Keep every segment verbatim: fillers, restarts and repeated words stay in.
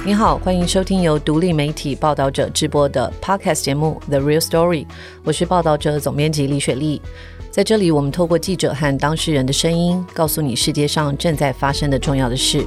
你好，欢迎收听由独立媒体报道者制播的 Podcast 节目 The Real Story， 我是报道者总编辑李雪莉。在这里，我们透过记者和当事人的声音，告诉你世界上正在发生的重要的事。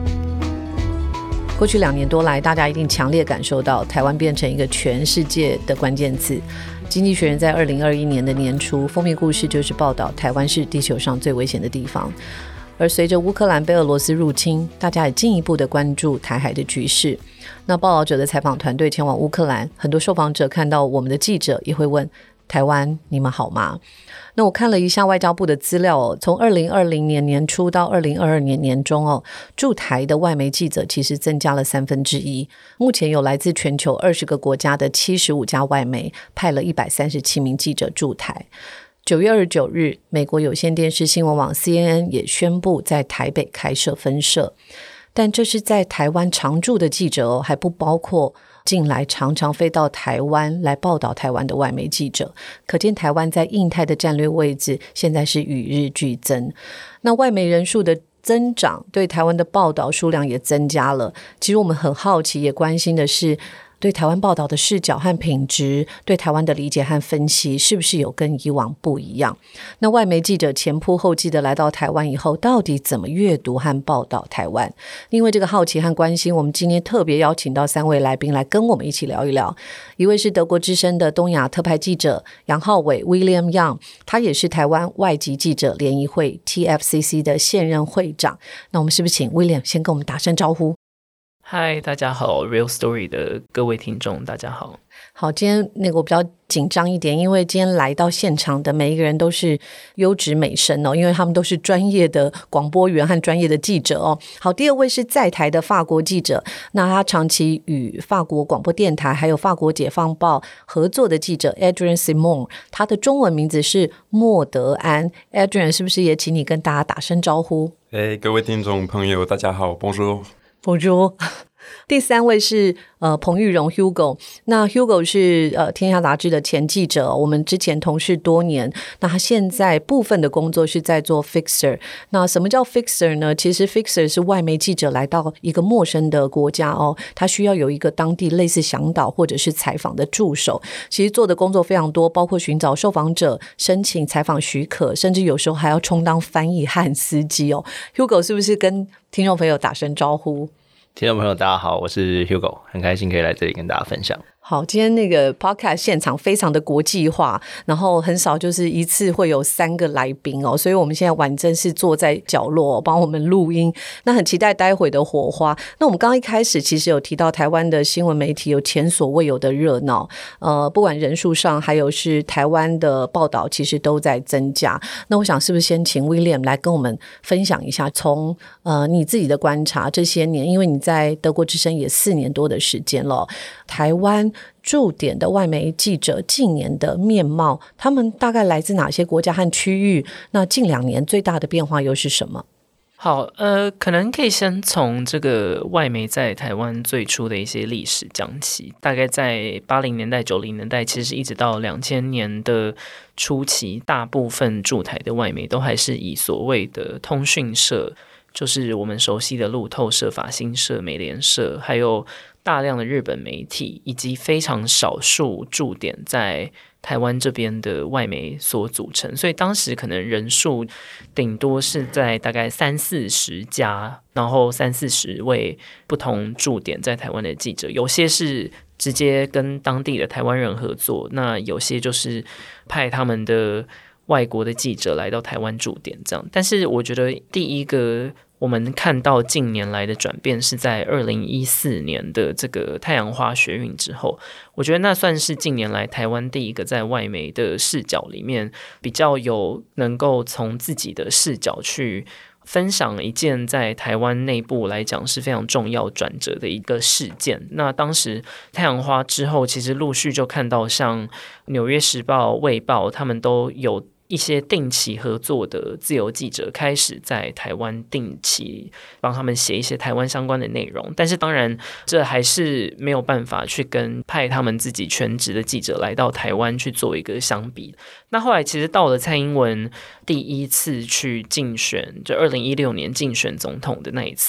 过去两年多来，大家一定强烈感受到台湾变成一个全世界的关键字。经济学人在二零二一年的年初封面故事就是报道台湾是地球上最危险的地方。而随着乌克兰被俄罗斯入侵，大家也进一步的关注台海的局势。那报道者的采访团队前往乌克兰，很多受访者看到我们的记者也会问，台湾你们好吗？那我看了一下外交部的资料哦，从二零二零年年初到二零二二年年中哦，驻台的外媒记者其实增加了三分之一。目前有来自全球二十个国家的七十五家外媒派了一百三十七名记者驻台。九月二十九日，美国有线电视新闻网 C N N 也宣布在台北开设分社，但这是在台湾常驻的记者哦，还不包括近来常常飞到台湾来报道台湾的外媒记者，可见台湾在印太的战略位置现在是与日俱增。那外媒人数的增长，对台湾的报道数量也增加了。其实我们很好奇也关心的是，对台湾报道的视角和品质，对台湾的理解和分析是不是有跟以往不一样？那外媒记者前仆后继的来到台湾以后，到底怎么阅读和报道台湾？因为这个好奇和关心，我们今天特别邀请到三位来宾来跟我们一起聊一聊。一位是德国之声的东亚特派记者杨浩伟 William Young， 他也是台湾外籍记者联谊会 T F C C 的现任会长。那我们是不是请 William 先跟我们打声招呼？ 嗨，大家好 Real Story 的各位听众大家好。 好，今天那个我比较紧张一点，因为今天来到现场的每一个人都是优质美声哦，因为他们都是专业的广播员和专业的记者哦。好，第二位是在台的法国记者，那他长期与法国广播电台还有法国解放报合作的记者 Adrien Simon， 他的中文名字是莫德安。 Adrien 是不是也请你跟大家打声招呼？ 哎，各位听众朋友大家好， Bonjour Bonjour。第三位是呃彭玉荣 Hugo， 那 Hugo 是呃天下杂志的前记者，我们之前同事多年。那他现在部分的工作是在做 Fixer。那什么叫 Fixer 呢？其实 Fixer 是外媒记者来到一个陌生的国家哦，他需要有一个当地类似向导或者是采访的助手。其实做的工作非常多，包括寻找受访者、申请采访许可，甚至有时候还要充当翻译和司机哦。Hugo 是不是跟听众朋友打声招呼？ 听众朋友大家好，我是 Hugo， 很开心可以来这里跟大家分享。 好，今天那个 podcast 现场非常的国际化，然后很少就是一次会有三个来宾哦，所以我们现在婉珍是坐在角落、哦、帮我们录音，那很期待待会的火花。那我们刚刚一开始其实有提到台湾的新闻媒体有前所未有的热闹，呃，不管人数上还有是台湾的报道其实都在增加。那我想是不是先请 William 来跟我们分享一下，从呃你自己的观察这些年，因为你在德国之声也四年多的时间了，台湾驻点的外媒记者近年的面貌，他们大概来自哪些国家和区域？那近两年最大的变化又是什么？ 好，呃，可能可以先从这个外媒在台湾最初的一些历史讲起。大概在八零年代、九零年代，其实一直到两千年的初期，大部分驻台的外媒都还是以所谓的通讯社，就是我们熟悉的路透社、法新社、美联社，还有大量的日本媒体，以及非常少数驻点在台湾这边的外媒所组成，所以当时可能人数顶多是在大概三四十家，然后三四十位不同驻点在台湾的记者，有些是直接跟当地的台湾人合作，那有些就是派他们的外国的记者来到台湾驻点这样。但是我觉得第一个我们看到近年来的转变是在二零一四年的这个太阳花学运之后，我觉得那算是近年来台湾第一个在外媒的视角里面比较有能够从自己的视角去分享一件在台湾内部来讲是非常重要转折的一个事件。那当时太阳花之后，其实陆续就看到像纽约时报、卫报他们都有一些定期合作的自由记者开始在台湾定期帮他们写一些台湾相关的内容，但是当然这还是没有办法去跟派他们自己全职的记者来到台湾去做一个相比。那后来其实到了蔡英文第一次去竞选，就二零一六年竞选总统的那一次，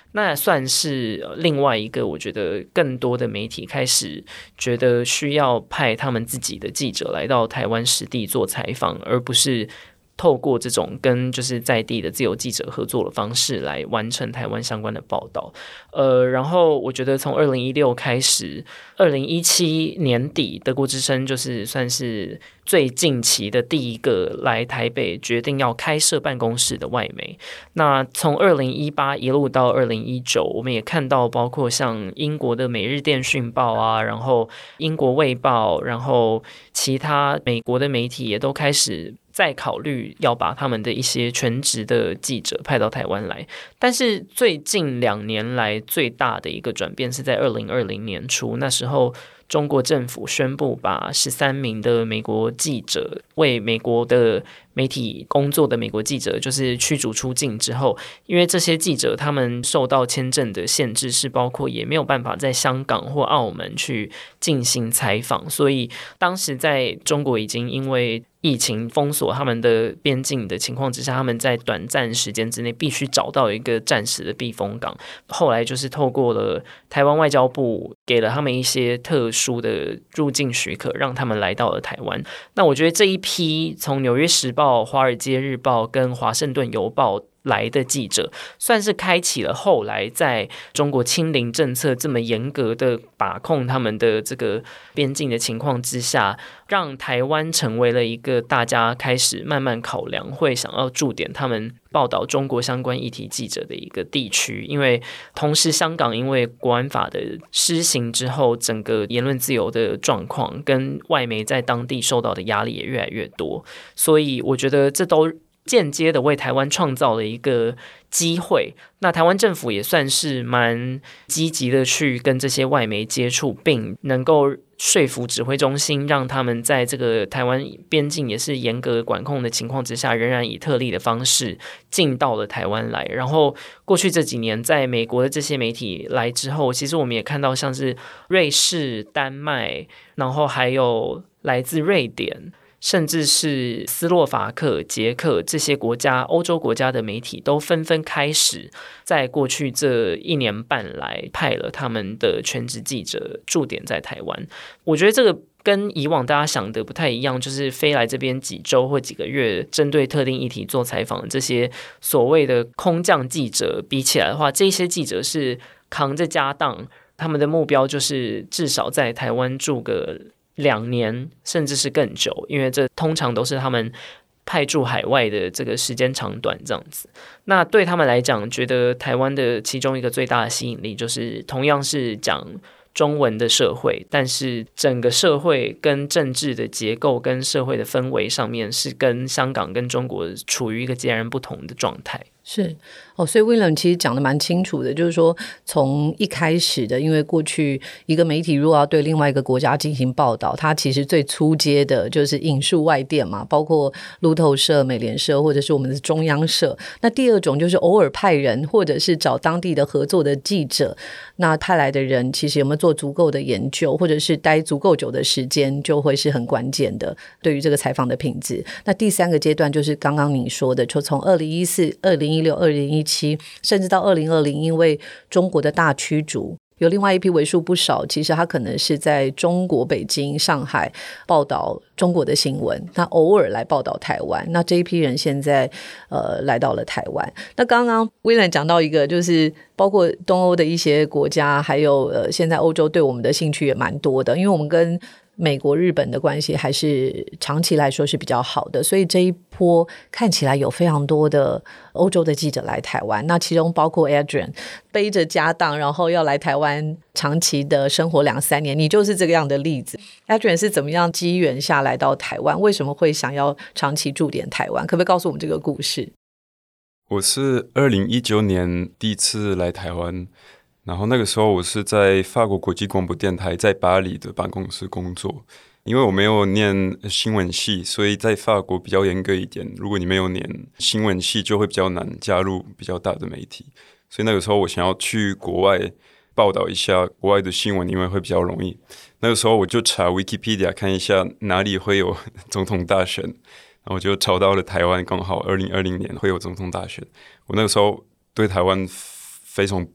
那算是另外一个我觉得更多的媒体开始觉得需要派他们自己的记者来到台湾实地做采访，而不是透过这种跟就是在地的自由记者合作的方式来完成台湾相关的报道。呃，然后我觉得从二零一六开始，二零一七年底德国之声就是算是最近期的第一个来台北决定要开设办公室的外媒。那从二零一八一路到二零一九，我们也看到包括像英国的每日电讯报啊，然后英国卫报，然后其他美国的媒体也都开始在考虑要把他们的一些全职的记者派到台湾来。但是最近两年来最大的一个转变是在二零二零年初，那时候中国政府宣布把十三名的美国记者，为美国的媒体工作的美国记者就是驱逐出境之后，因为这些记者他们受到签证的限制，是包括也没有办法在香港或澳门去进行采访，所以当时在中国已经因为疫情封锁他们的边境的情况之下，他们在短暂时间之内必须找到一个暂时的避风港。后来就是透过了台湾外交部给了他们一些特殊的入境许可，让他们来到了台湾。那我觉得这一批从纽约时报、华尔街日报跟华盛顿邮报来的记者，算是开启了后来在中国清零政策这么严格的把控他们的这个边境的情况之下，让台湾成为了一个大家开始慢慢考量会想要驻点他们报道中国相关议题记者的一个地区。因为同时香港因为国安法的施行之后，整个言论自由的状况跟外媒在当地受到的压力也越来越多，所以我觉得这都间接的为台湾创造了一个机会。那台湾政府也算是蛮积极的去跟这些外媒接触，并能够说服指挥中心，让他们在这个台湾边境也是严格管控的情况之下，仍然以特例的方式进到了台湾来。然后过去这几年在美国的这些媒体来之后，其实我们也看到像是瑞士、丹麦，然后还有来自瑞典，甚至是斯洛伐克、捷克这些国家、欧洲国家的媒体都纷纷开始在过去这一年半来派了他们的全职记者驻点在台湾。我觉得这个跟以往大家想的不太一样，就是飞来这边几周或几个月针对特定议题做采访的这些所谓的空降记者比起来的话，这些记者是扛着家当，他们的目标就是至少在台湾住个两年甚至是更久，因为这通常都是他们派驻海外的这个时间长短这样子。那对他们来讲，觉得台湾的其中一个最大的吸引力就是同样是讲中文的社会，但是整个社会跟政治的结构跟社会的氛围上面是跟香港跟中国处于一个截然不同的状态。 是哦，所以 William 其实讲的蛮清楚的，就是说从一开始的，因为过去一个媒体如果要对另外一个国家进行报道，它其实最初阶的就是引述外电嘛，包括路透社、美联社或者是我们的中央社。那第二种就是偶尔派人或者是找当地的合作的记者，那派来的人其实有没有做足够的研究，或者是待足够久的时间，就会是很关键的对于这个采访的品质。那第三个阶段就是刚刚你说的，就从二零一四、二零一六、二零一七甚至到二零二零，因为中国的大驱逐，有另外一批为数不少，其实他可能是在中国北京、上海报道中国的新闻，他偶尔来报道台湾。那这一批人现在呃来到了台湾。那刚刚威廉讲到一个，就是包括东欧的一些国家，还有呃现在欧洲对我们的兴趣也蛮多的，因为我们跟美国、日本的关系还是长期来说是比较好的，所以这一波看起来有非常多的欧洲的记者来台湾，那其中包括 Adrian 背着家当然后要来台湾长期的生活两三年，你就是这个样的例子。 Adrian 是怎么样机缘下来到台湾，为什么会想要长期驻点台湾，可不可以告诉我们这个故事？ 我是二零一九年第一次来台湾，然后那个时候我是在法国国际广播电台在巴黎的办公室工作。因为我没有念新闻系，所以在法国比较严格一点，如果你没有念新闻系就会比较难加入比较大的媒体，所以那个时候我想要去国外报道一下国外的新闻，因为会比较容易。那个时候我就查 Wikipedia 看一下哪里会有总统大选，然后我就找到了台湾，刚好二零二零年会有总统大选。我那个时候对台湾非常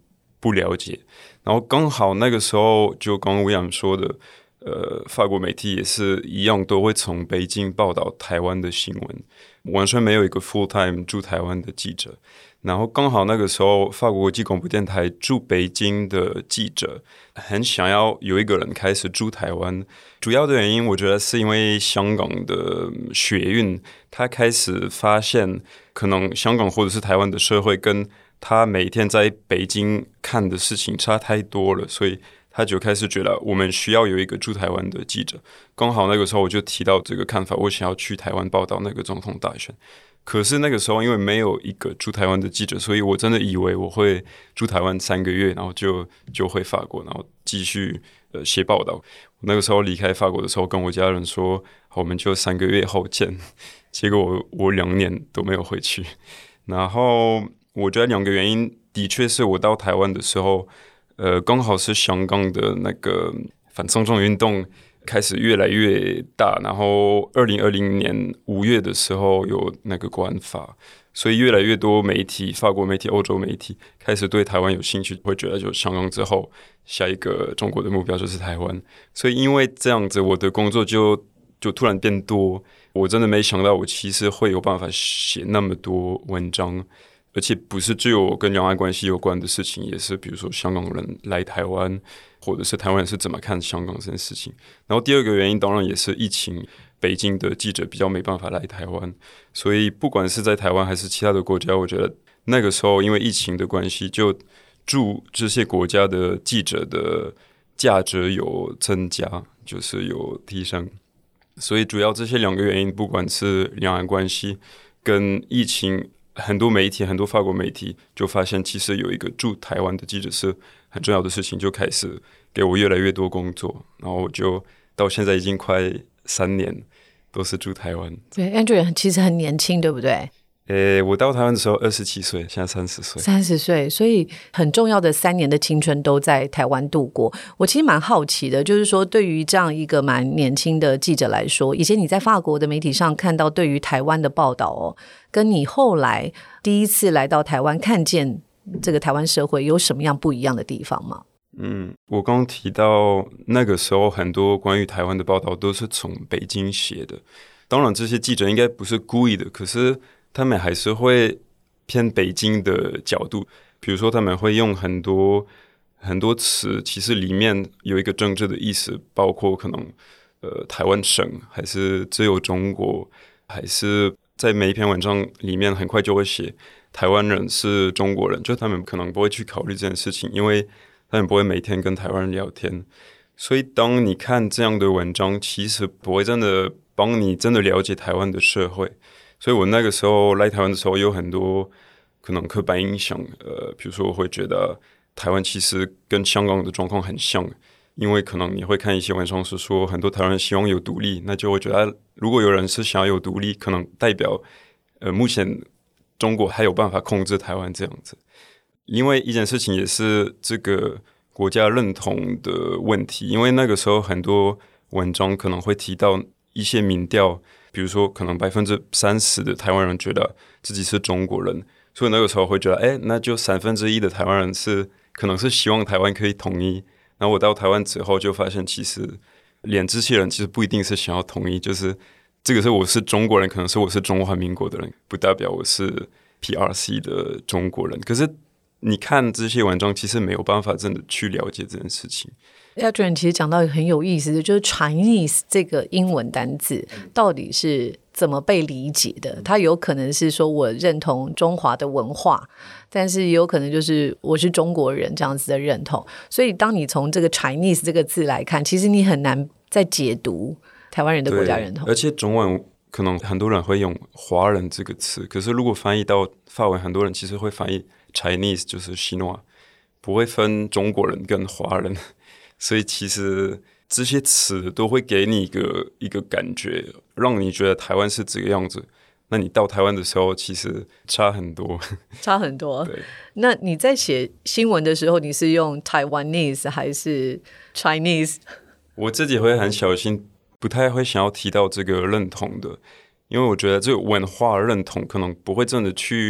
不了解。然后刚好那个时候，就刚刚William说的，呃，法国媒体也是一样，都会从北京报道台湾的新闻，完全没有一个 full time 驻台湾的记者。然后刚好那个时候，法国国际广播电台驻北京的记者很想要有一个人开始驻台湾。主要的原因，我觉得是因为香港的学运，他开始发现可能香港或者是台湾的社会跟他每天在北京看的事情差太多了，所以他就开始觉得我们需要有一个驻台湾的记者。刚好那个时候我就提到这个看法，我想要去台湾报道那个总统大选。可是那个时候因为没有一个驻台湾的记者，所以我真的以为我会驻台湾三个月，然后就就回法国，然后继续呃写报道。那个时候离开法国的时候，跟我家人说，好，我们就三个月后见。结果我我两年都没有回去。然后我觉得两个原因，的确是我到台湾的时候，呃，刚好是香港的那个反送中运动开始越来越大，然后二零二零年五月的时候有那个国安法，所以越来越多媒体，法国媒体、欧洲媒体开始对台湾有兴趣，会觉得就香港之后，下一个中国的目标就是台湾。所以因为这样子，我的工作就就突然变多，我真的没想到我其实会有办法写那么多文章。而且不是只有跟两岸关系有关的事情，也是比如说香港人来台湾，或者是台湾人是怎么看香港这件事情。然后第二个原因当然也是疫情，北京的记者比较没办法来台湾，所以不管是在台湾还是其他的国家，我觉得那个时候因为疫情的关系，就驻这些国家的记者的价值有增加，就是有提升。所以主要这些两个原因，不管是两岸关系跟疫情，很多媒体，很多法国媒体就发现，其实有一个驻台湾的记者是很重要的事情，就开始给我越来越多工作，然后我就到现在已经快三年都是驻台湾。 对 ，Andrew 其实很年轻，对不对？ 诶，我到台湾的时候二十七岁，现在三十岁。 三十岁，所以很重要的三年的青春都在台湾度过。我其实蛮好奇的，就是说对于这样一个蛮年轻的记者来说，以前你在法国的媒体上看到对于台湾的报道哦，跟你后来第一次来到台湾看见这个台湾社会有什么样不一样的地方吗？ 嗯，我刚刚提到那个时候很多关于台湾的报道都是从北京写的，当然这些记者应该不是故意的，可是他们还是会偏北京的角度，比如说他们会用很多很多词，其实里面有一个政治的意思，包括可能呃台湾省，还是自由中国，还是在每一篇文章里面很快就会写台湾人是中国人，就他们可能不会去考虑这件事情，因为他们不会每天跟台湾人聊天。所以当你看这样的文章，其实不会真的帮你真的了解台湾的社会。所以我那个时候来台湾的时候，有很多可能刻板印象，呃，比如说我会觉得台湾其实跟香港的状况很像，因为可能你会看一些文章是说很多台湾人希望有独立，那就会觉得如果有人是想要有独立，可能代表呃目前中国还有办法控制台湾这样子。因为一件事情也是这个国家认同的问题，因为那个时候很多文章可能会提到一些民调，比如说可能百分之三十的台湾人觉得自己是中国人，所以那个时候会觉得，哎，那就三分之一的台湾人是可能是希望台湾可以统一。然后我到台湾之后就发现，其实连这些人其实不一定是想要统一，就是这个是我是中国人，可能是我是中华民国的人，不代表我是 P R C 的中国人。可是你看这些文章，其实没有办法真的去了解这件事情。 Adrian 其实讲到一个很有意思的，就是 Chinese 这个英文单字到底是怎么被理解的。它有可能是说我认同中华的文化，但是也有可能就是我是中国人这样子的认同。所以当你从这个 Chinese 这个字来看，其实你很难再解读台湾人的国家认同。 而且中文可能很多人会用华人这个词，可是如果翻译到法文，很多人其实会翻译 Chinese 就是西诺，不会分中国人跟华人。所以其实这些词都会给你一个一个感觉，让你觉得台湾是这个样子。那你到台湾的时候，其实差很多， 差很多。 对。 那你在写新闻的时候，你是用 Taiwanese 还是 Chinese？ 我自己会很小心，不太会想要提到这个认同的，因为我觉得这个文化认同可能不会真的去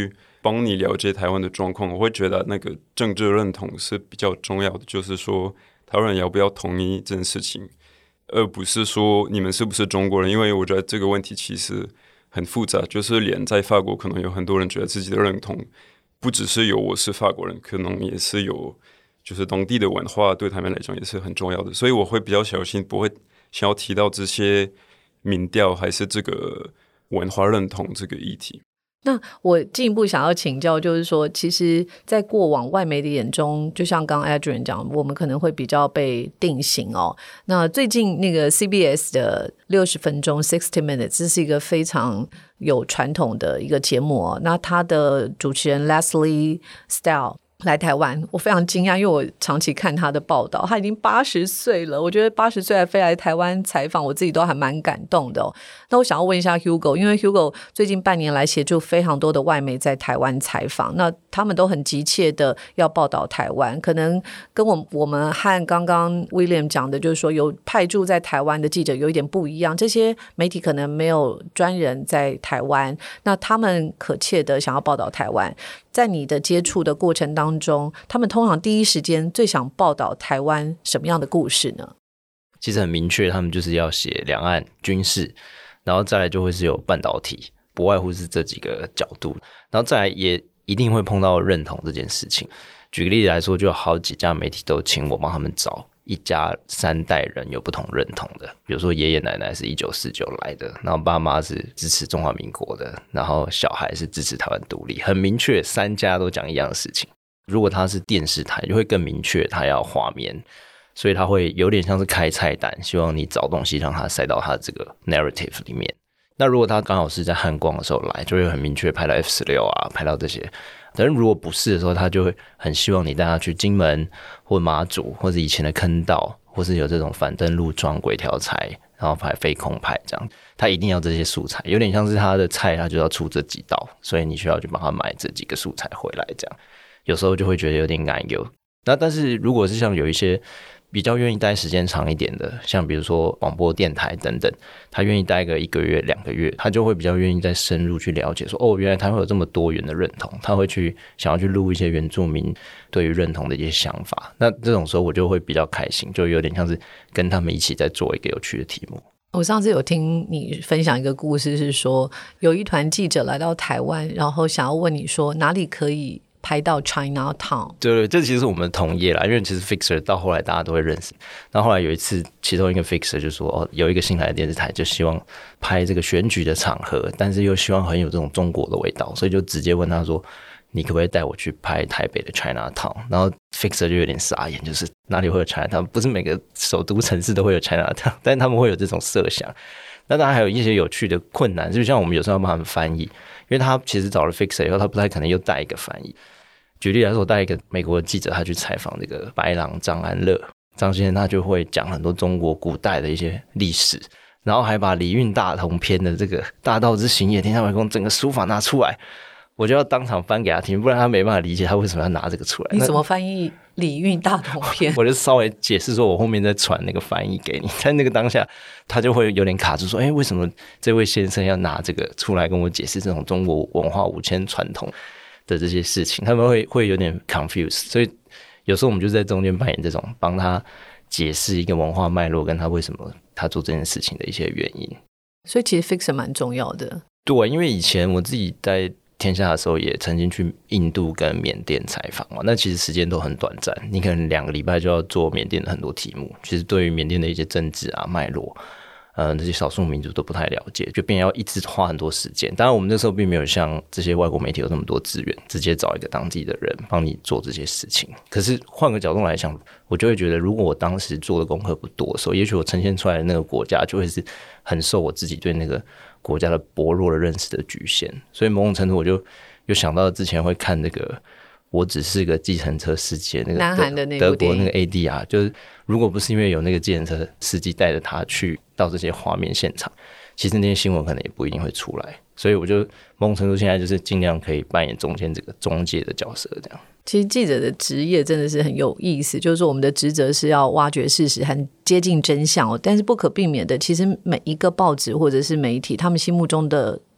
帮你了解台湾的状况，我会觉得那个政治认同是比较重要的，就是说台湾人要不要同意这件事情，而不是说你们是不是中国人，因为我觉得这个问题其实很复杂，就是连在法国可能有很多人觉得自己的认同不只是有我是法国人，可能也是有就是当地的文化对他们来讲也是很重要的，所以我会比较小心，不会想要提到这些民调还是这个文化认同这个议题。 那我进一步想要请教，就是说其实在过往外媒的眼中，就像刚刚 Adrian 讲，我们可能会比较被定型哦。那最近那个 C B S 的六十分钟 sixty minutes 这是一个非常有传统的一个节目哦。那他的主持人 Leslie Stahl来台湾，我非常惊讶，因为我长期看他的报道，他已经八十岁了，我觉得八十岁还飞来台湾采访，我自己都还蛮感动的哦。那我想要问一下 Hugo， 因为 Hugo 最近半年来协助非常多的外媒在台湾采访，那他们都很急切的要报道台湾，可能跟我我们和刚刚 William 讲的就是说有派驻在台湾的记者有一点不一样，这些媒体可能没有专人在台湾，那他们可切的想要报道台湾，在你的接触的过程当中，他们通常第一时间最想报道台湾什么样的故事呢？ 其实很明确，他们就是要写两岸军事，然后再来就会是有半导体，不外乎是这几个角度，然后再来也一定会碰到认同这件事情。举个例子来说，就有好几家媒体都请我帮他们找一家三代人有不同认同的，比如说爷爷奶奶是一九四九来的，然后爸妈是支持中华民国的，然后小孩是支持台湾独立，很明确三家都讲一样的事情。如果他是电视台就会更明确他要画面，所以他会有点像是开菜单，希望你找东西让他塞到他这个 narrative 里面。那如果他刚好是在汉光的时候来，就会很明确拍到 F 十六 啊，拍到这些。但是如果不是的时候，他就会很希望你带他去金门或马祖或者以前的坑道，或是有这种反登陆装鬼条菜，然后拍飞空拍这样，他一定要这些素材，有点像是他的菜他就要出这几道，所以你需要去帮他买这几个素材回来这样。有时候就会觉得有点难有。那但是如果是像有一些比较愿意待时间长一点的，像比如说广播电台等等，他愿意待个一个月两个月，他就会比较愿意再深入去了解说，哦，原来他会有这么多元的认同，他会去想要去录一些原住民对于认同的一些想法。那这种时候我就会比较开心，就有点像是跟他们一起在做一个有趣的题目。 我上次有听你分享一个故事，是说有一团记者来到台湾，然后想要问你说哪里可以拍到 Chinatown。 对对，这其实是我们的同业啦，因为其实 Fixer 到后来大家都会认识。然后后来有一次其中一个 Fixer 就说，哦，有一个新来的电视台就希望拍这个选举的场合，但是又希望很有这种中国的味道，所以就直接问他说，你可不可以带我去拍台北的 Chinatown？ 然后 Fixer 就有点傻眼，就是哪里会有 Chinatown？ 不是每个首都城市都会有 Chinatown， 但是他们会有这种设想。那当然还有一些有趣的困难，就像我们有时候要帮他们翻译，因为他其实找了 Fixer 以后，他不太可能又带一个翻译。举例来说，我带一个美国的记者，他去采访这个白狼张安乐，张先生他就会讲很多中国古代的一些历史，然后还把礼运大同篇的这个大道之行也，天下为公整个书法拿出来，我就要当场翻给他听，不然他没办法理解他为什么要拿这个出来。 你怎么翻译礼运大同篇？ 我就稍微解释说我后面再传那个翻译给你，在那个当下他就会有点卡住说，哎，为什么这位先生要拿这个出来跟我解释这种中国文化五千传统的这些事情，他们会会有点 confused， 所以有时候我们就在中间扮演这种帮他解释一个文化脉络，跟他为什么他做这件事情的一些原因。 所以其实 Fixer 蛮重要的。 对，因为以前我自己在天下的时候也曾经去印度跟缅甸采访嘛，那其实时间都很短暂，你可能两个礼拜就要做缅甸的很多题目，其实对于缅甸的一些政治啊脉络，呃，这些少数民族都不太了解，就变要一直花很多时间。当然我们那时候并没有像这些外国媒体有那么多资源，直接找一个当地的人帮你做这些事情。可是换个角度来想，我就会觉得如果我当时做的功课不多的时候，也许我呈现出来的那个国家就会是很受我自己对那个国家的薄弱的认识的局限。所以某种程度我就又想到之前会看那个我只是个计程车司机那个南韩的那德国那个 A D R， 就是如果不是因为有那个计程车司机带着他去到这些画面现场，其实那些新闻可能也不一定会出来。所以我就某种程度现在就是尽量可以扮演中间这个中介的角色这样。 其实记者的职业真的是很有意思，就是说我们的职责是要挖掘事实，很接近真相哦。但是不可避免的，其实每一个报纸或者是媒体他们心目中的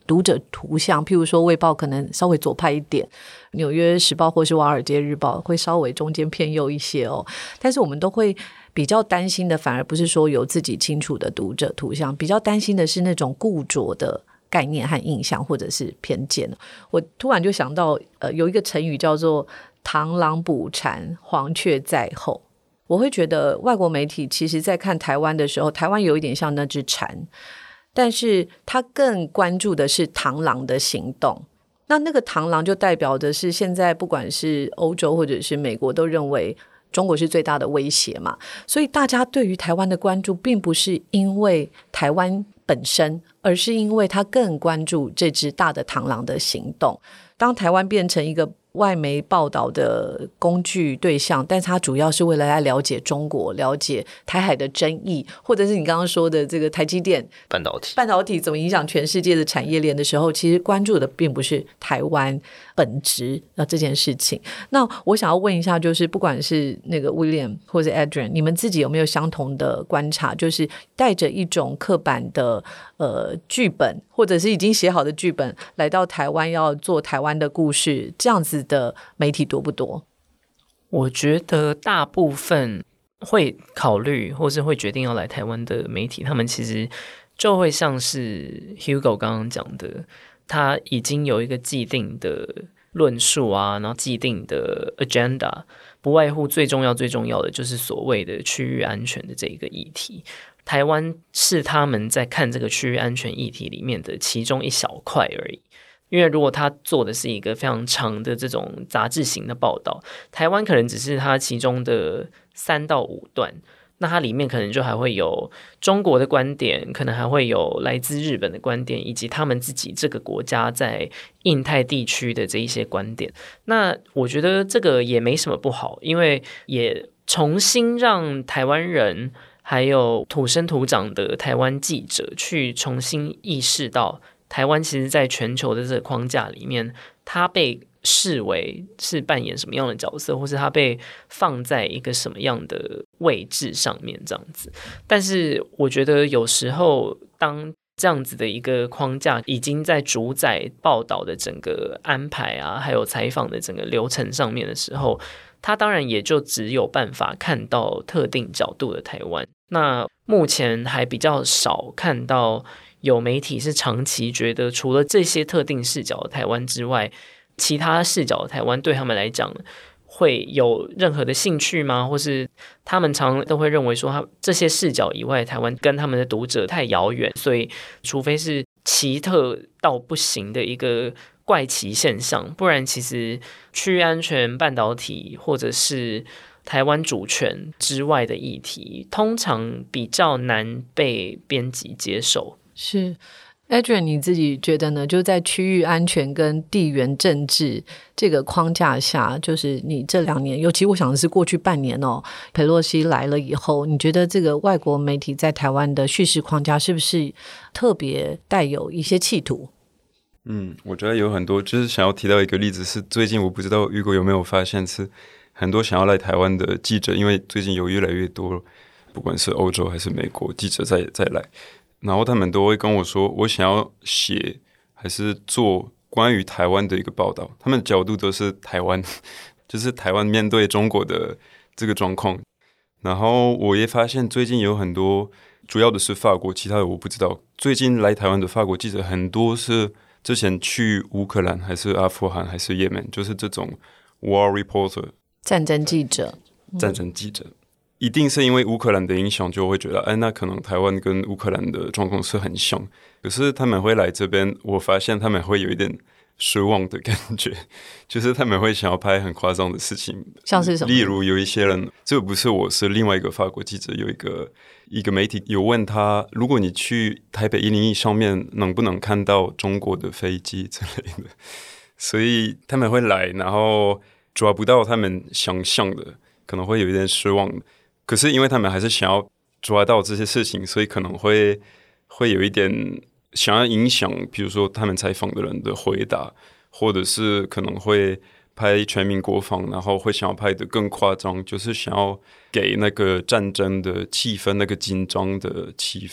读者图像，譬如说卫报可能稍微左派一点，纽约时报或是华尔街日报会稍微中间偏右一些哦，但是我们都会比较担心的反而不是说有自己清楚的读者图像，比较担心的是那种固着的概念和印象或者是偏见。我突然就想到呃，有一个成语叫做螳螂捕蝉，黄雀在后。我会觉得外国媒体其实在看台湾的时候，台湾有一点像那只蝉，但是他更关注的是螳螂的行动。那那个螳螂就代表的是现在不管是欧洲或者是美国都认为中国是最大的威胁嘛，所以大家对于台湾的关注并不是因为台湾本身，而是因为他更关注这只大的螳螂的行动。当台湾变成一个外媒报道的工具对象，但是它主要是为了来了解中国，了解台海的争议，或者是你刚刚说的这个台积电半导体半导体怎么影响全世界的产业链的时候，其实关注的并不是台湾本质的这件事情。那我想要问一下，就是不管是那个 William 或者 Adrian， 你们自己有没有相同的观察，就是带着一种刻板的呃剧本，或者是已经写好的剧本来到台湾要做台湾的故事，这样子的媒体多不多？ 我觉得大部分会考虑或是会决定要来台湾的媒体，他们其实就会像是 Hugo 刚刚讲的，他已经有一个既定的论述啊，然后既定的 agenda， 不外乎最重要最重要的就是所谓的区域安全的这一个议题。台湾是他们在看这个区域安全议题里面的其中一小块而已。因为如果他做的是一个非常长的这种杂志型的报道，台湾可能只是他其中的三到五段，那它里面可能就还会有中国的观点，可能还会有来自日本的观点，以及他们自己这个国家在印太地区的这一些观点。那我觉得这个也没什么不好，因为也重新让台湾人还有土生土长的台湾记者去重新意识到台湾其实在全球的这个框架里面，它被视为是扮演什么样的角色，或是它被放在一个什么样的位置上面这样子。但是我觉得有时候当这样子的一个框架已经在主宰报道的整个安排啊，还有采访的整个流程上面的时候，它当然也就只有办法看到特定角度的台湾。那目前还比较少看到有媒体是长期觉得除了这些特定视角的台湾之外，其他视角的台湾对他们来讲会有任何的兴趣吗？或是他们常都会认为说他这些视角以外的台湾跟他们的读者太遥远，所以除非是奇特到不行的一个怪奇现象，不然其实区域安全、半导体或者是台湾主权之外的议题通常比较难被编辑接受。 是 Adrian 你自己觉得呢？就在区域安全跟地缘政治这个框架下，就是你这两年，尤其我想的是过去半年哦，裴洛西来了以后，你觉得这个外国媒体在台湾的叙事框架是不是特别带有一些企图？ 嗯，我觉得有很多，就是想要提到一个例子是，最近我不知道Hugo有没有发现，是很多想要来台湾的记者，因为最近有越来越多，不管是欧洲还是美国记者再再来。然后他们都会跟我说，我想要写还是做关于台湾的一个报道，他们的角度都是台湾，就是台湾面对中国的这个状况。然后我也发现最近有很多，主要的是法国，其他的我不知道。最近来台湾的法国记者很多是之前去乌克兰还是阿富汗还是也门，就是这种 war reporter 战争记者， 战争记者。一定是因为乌克兰的影响，就会觉得，哎，那可能台湾跟乌克兰的状况是很像。可是他们会来这边，我发现他们会有一点失望的感觉，就是他们会想要拍很夸张的事情， 像是什么？ 例如有一些人，这个不是我，是另外一个法国记者，有一个一个媒体有问他，如果你去台北一零一上面，能不能看到中国的飞机之类的？所以他们会来，然后抓不到他们想象的，可能会有一点失望。可是因为他们还是想要抓到这些事情，所以可能会会有一点想要影响，比如说他们采访的人的回答，或者是可能会拍全民国防，然后会想要拍得更夸张，就是想要给那个战争的气氛，那个紧张的气氛。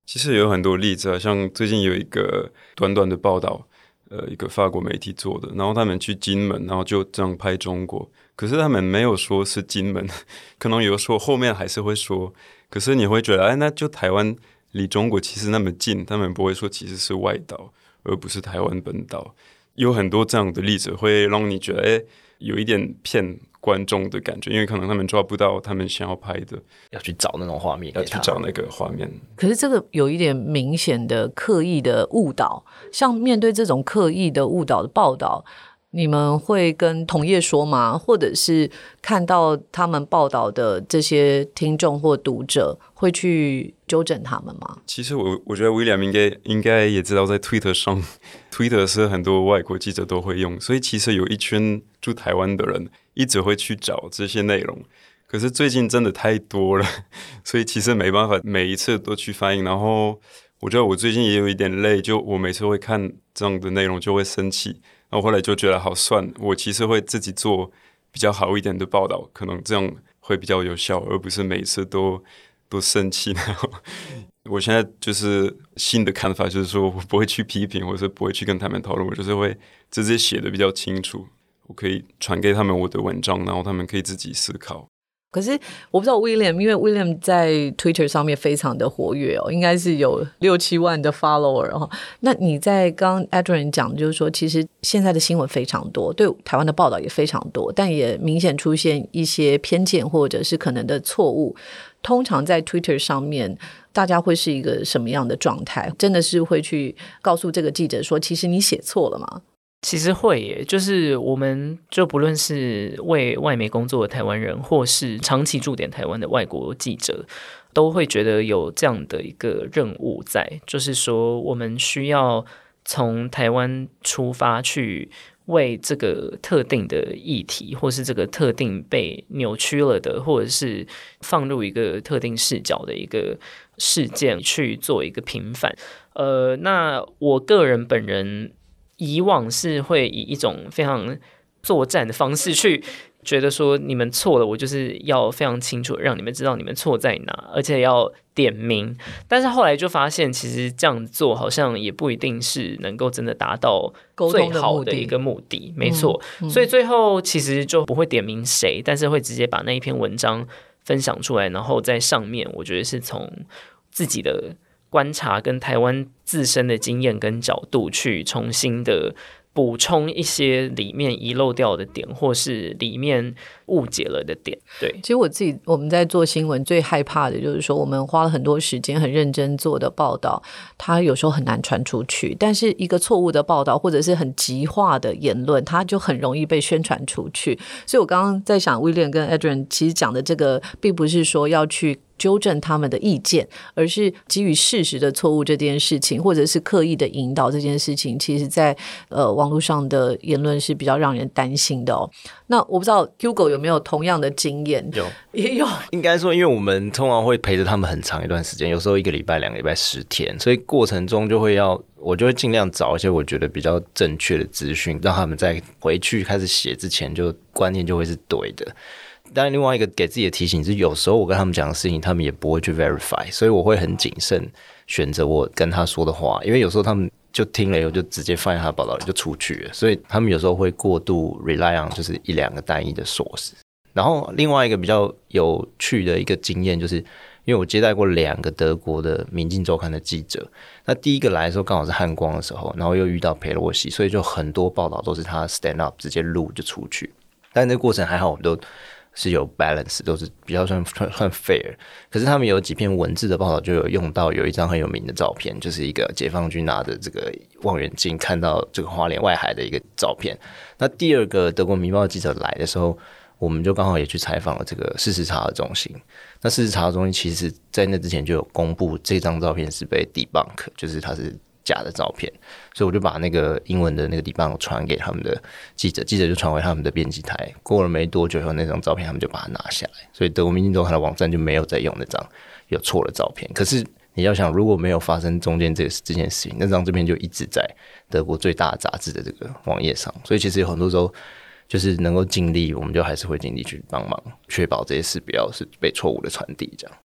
其实有很多例子啊，像最近有一个短短的报道，呃，一个法国媒体做的，然后他们去金门，然后就这样拍中国，可是他们没有说是金门，可能有说后面还是会说，可是你会觉得，哎，那就台湾离中国其实那么近，他们不会说其实是外岛，而不是台湾本岛。有很多这样的例子会让你觉得，哎，有一点骗观众的感觉，因为可能他们抓不到他们想要拍的， 要去找那种画面， 要去找那个画面。 可是这个有一点明显的刻意的误导，像面对这种刻意的误导的报道，你们会跟同业说吗？或者是看到他们报道的这些听众或读者会去纠正他们吗？ 其实我我觉得 William 应该应该也知道，在 Twitter 上 ，Twitter 是很多外国记者都会用，所以其实有一群住台湾的人一直会去找这些内容。可是最近真的太多了，所以其实没办法每一次都去翻译。然后我觉得我最近也有一点累，就我每次会看这样的内容就会生气。然后后来就觉得好算，我其实会自己做比较好一点的报道，可能这样会比较有效，而不是每次都都生气。然后我现在就是新的看法，就是说我不会去批评，或者不会去跟他们讨论，我就是会直接写的比较清楚，我可以传给他们我的文章，然后他们可以自己思考。 可是我不知道 William， 因为 William 在 Twitter 上面非常的活跃哦，应该是有六七万的 follower 哦。那你在刚刚 Adrian 讲，就是说其实现在的新闻非常多，对台湾的报道也非常多，但也明显出现一些偏见或者是可能的错误。通常在 Twitter 上面大家会是一个什么样的状态？真的是会去告诉这个记者说其实你写错了吗？ 其实会耶，就是我们就不论是为外媒工作的台湾人，或是长期驻点台湾的外国记者，都会觉得有这样的一个任务在，就是说我们需要从台湾出发去为这个特定的议题，或是这个特定被扭曲了的，或者是放入一个特定视角的一个事件去做一个平反。呃，那我个人本人以往是会以一种非常作战的方式去觉得说你们错了，我就是要非常清楚让你们知道你们错在哪，而且要点名。但是后来就发现其实这样做好像也不一定是能够真的达到最好的一个目的，没错、嗯嗯、所以最后其实就不会点名谁，但是会直接把那一篇文章分享出来，然后在上面我觉得是从自己的观察跟台湾自身的经验跟角度去重新的补充一些里面遗漏掉的点，或是里面误解了的点。对， 其实我自己我们在做新闻最害怕的就是说我们花了很多时间很认真做的报道，它有时候很难传出去，但是一个错误的报道或者是很极化的言论，它就很容易被宣传出去。所以我刚刚在想 William 跟 Adrian 其实讲的这个并不是说要去纠正他们的意见，而是基于事实的错误这件事情，或者是刻意的引导这件事情，其实在呃网络上的言论是比较让人担心的哦。那我不知道 Hugo 有没有同样的经验？ 有， 也有。 应该说，因为我们通常会陪着他们很长一段时间，有时候一个礼拜、两个礼拜、十天，所以过程中就会要，我就会尽量找一些我觉得比较正确的资讯，让他们在回去开始写之前，就观念就会是对的。当然另外一个给自己的提醒是，有时候我跟他们讲的事情他们也不会去 verify， 所以我会很谨慎选择我跟他说的话，因为有时候他们就听了以后就直接放在他的报道里就出去了，所以他们有时候会过度 rely on 就是一两个单一的 source。 然后另外一个比较有趣的一个经验就是，因为我接待过两个德国的民进周刊的记者，那第一个来的时候刚好是汉光的时候，然后又遇到裴洛西，所以就很多报道都是他 stand up 直接录就出去，但那个过程还好我们都是有 balance， 都是比较算算 fair。可是他们有几篇文字的报道就有用到有一张很有名的照片，就是一个解放军拿着这个望远镜看到这个花莲外海的一个照片。那第二个德国民报记者来的时候，我们就刚好也去采访了这个事实查核中心。那事实查核中心其实在那之前就有公布这张照片是被 debunk， 就是它是假的照片，所以我就把那个英文的那个 debunk 传给他们的记者，记者就传回他们的编辑台。过了没多久以后，那张照片他们就把它拿下来，所以德国民进周刊的网站就没有再用那张有错的照片。可是你要想，如果没有发生中间这个这件事情，那张照片就一直在德国最大的杂志的这个网页上。所以其实有很多时候就是能够尽力，我们就还是会尽力去帮忙，确保这些事不要是被错误的传递这样。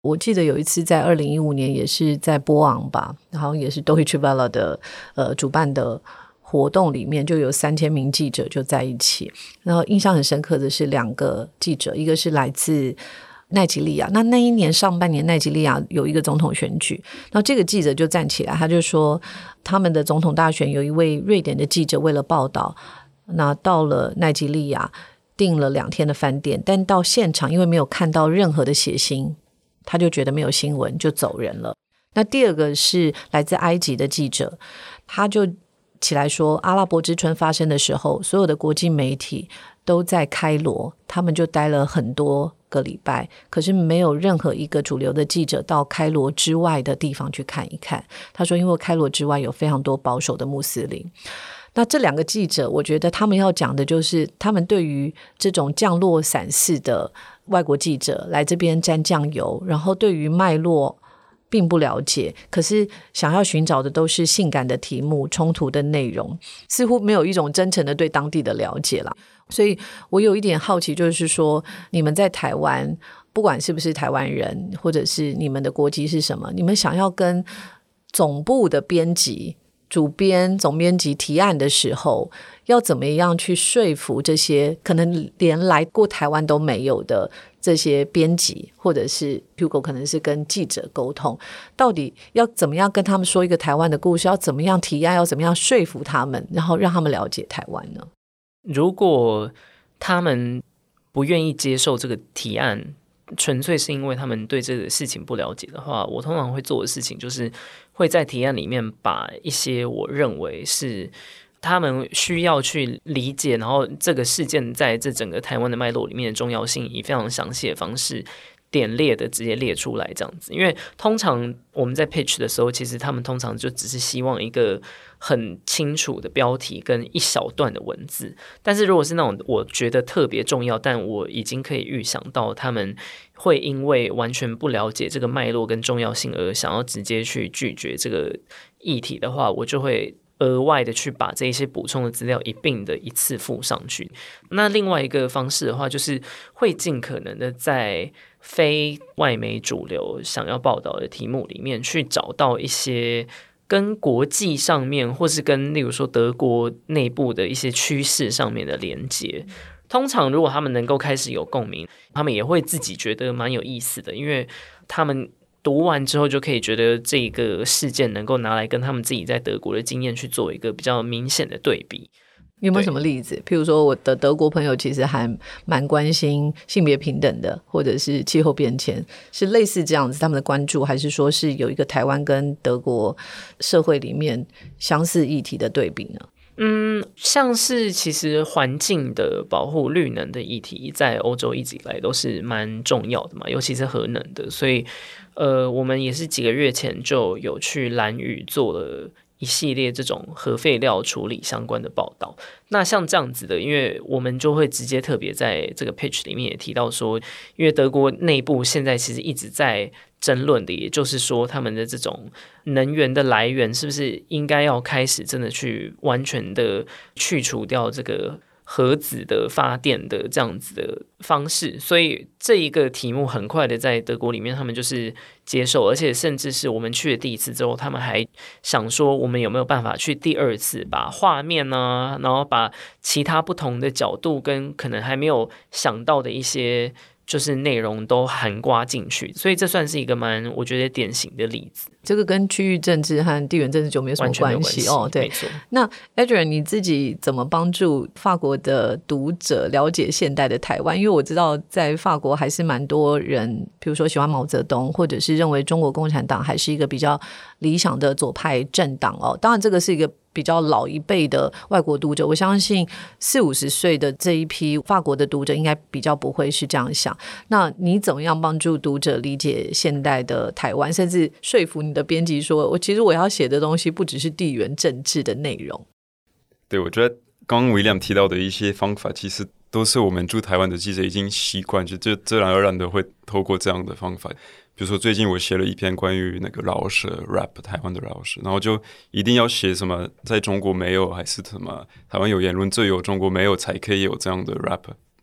我记得有一次在二零一五年也是在波昂吧，然后也是 Deutsche Welle 的呃主办的活动里面，就有三千名记者就在一起，然后印象很深刻的是两个记者，一个是来自奈及利亚，那那一年上半年奈及利亚有一个总统选举，然后这个记者就站起来，他就说他们的总统大选有一位瑞典的记者为了报道，那到了奈及利亚订了两天的饭店，但到现场因为没有看到任何的血腥，他就觉得没有新闻就走人了。那第二个是来自埃及的记者，他就起来说阿拉伯之春发生的时候，所有的国际媒体都在开罗，他们就待了很多个礼拜，可是没有任何一个主流的记者到开罗之外的地方去看一看。他说因为开罗之外有非常多保守的穆斯林。那这两个记者我觉得他们要讲的就是他们对于这种降落伞式的外国记者来这边沾酱油，然后对于脉络并不了解，可是想要寻找的都是性感的题目、冲突的内容，似乎没有一种真诚的对当地的了解啦。所以我有一点好奇，就是说你们在台湾不管是不是台湾人，或者是你们的国籍是什么，你们想要跟总部的编辑、主编、总编辑提案的时候，要怎么样去说服这些可能连来过台湾都没有的这些编辑，或者是譬如可能是跟记者沟通，到底要怎么样跟他们说一个台湾的故事，要怎么样提案，要怎么样说服他们，然后让他们了解台湾呢？ 如果他们不愿意接受这个提案，纯粹是因为他们对这个事情不了解的话，我通常会做的事情就是会在提案里面把一些我认为是他们需要去理解，然后这个事件在这整个台湾的脉络里面的重要性，以非常详细的方式点列的直接列出来这样子。因为通常我们在 pitch 的时候，其实他们通常就只是希望一个很清楚的标题跟一小段的文字，但是如果是那种我觉得特别重要，但我已经可以预想到他们会因为完全不了解这个脉络跟重要性而想要直接去拒绝这个议题的话，我就会额外的去把这些补充的资料一并的一次附上去。那另外一个方式的话，就是会尽可能的在非外媒主流想要报道的题目里面去找到一些跟国际上面或是跟例如说德国内部的一些趋势上面的连结。通常如果他们能够开始有共鸣，他们也会自己觉得蛮有意思的，因为他们读完之后就可以觉得这个事件能够拿来跟他们自己在德国的经验去做一个比较明显的对比。 有没有什么例子？譬如说我的德国朋友其实还蛮关心性别平等的，或者是气候变迁，是类似这样子他们的关注，还是说是有一个台湾跟德国社会里面相似议题的对比呢？ 嗯，像是其实环境的保护、绿能的议题在欧洲一直以来都是蛮重要的嘛，尤其是核能的，所以呃，我们也是几个月前就有去兰屿做了一系列这种核废料处理相关的报道。那像这样子的，因为我们就会直接特别在这个 pitch 里面也提到说，因为德国内部现在其实一直在争论的，也就是说他们的这种能源的来源是不是应该要开始真的去完全的去除掉这个核子的发电的这样子的方式。所以这一个题目很快的在德国里面他们就是接受，而且甚至是我们去了第一次之后，他们还想说我们有没有办法去第二次把画面啊，然后把其他不同的角度跟可能还没有想到的一些就是内容都含括进去，所以这算是一个蛮我觉得典型的例子。 这个跟区域政治和地缘政治就没有什么关系哦。对，那 Adrian 你自己怎么帮助法国的读者了解现代的台湾？因为我知道在法国还是蛮多人，比如说喜欢毛泽东，或者是认为中国共产党还是一个比较理想的左派政党哦。当然这个是一个比较老一辈的外国读者，我相信四五十岁的这一批法国的读者应该比较不会是这样想。那你怎么样帮助读者理解现代的台湾，甚至说服你的编辑说我其实我要写的东西不只是地缘政治的内容？ 对，我觉得刚刚William提到的一些方法其实都是我们驻台湾的记者已经习惯，就自然而然的会透过这样的方法。比如说最近我写了一篇关于那个饶舌 rap 台湾的饶舌，然后就一定要写什么在中国没有，还是什么台湾有言论自由中国没有才可以有这样的 rap。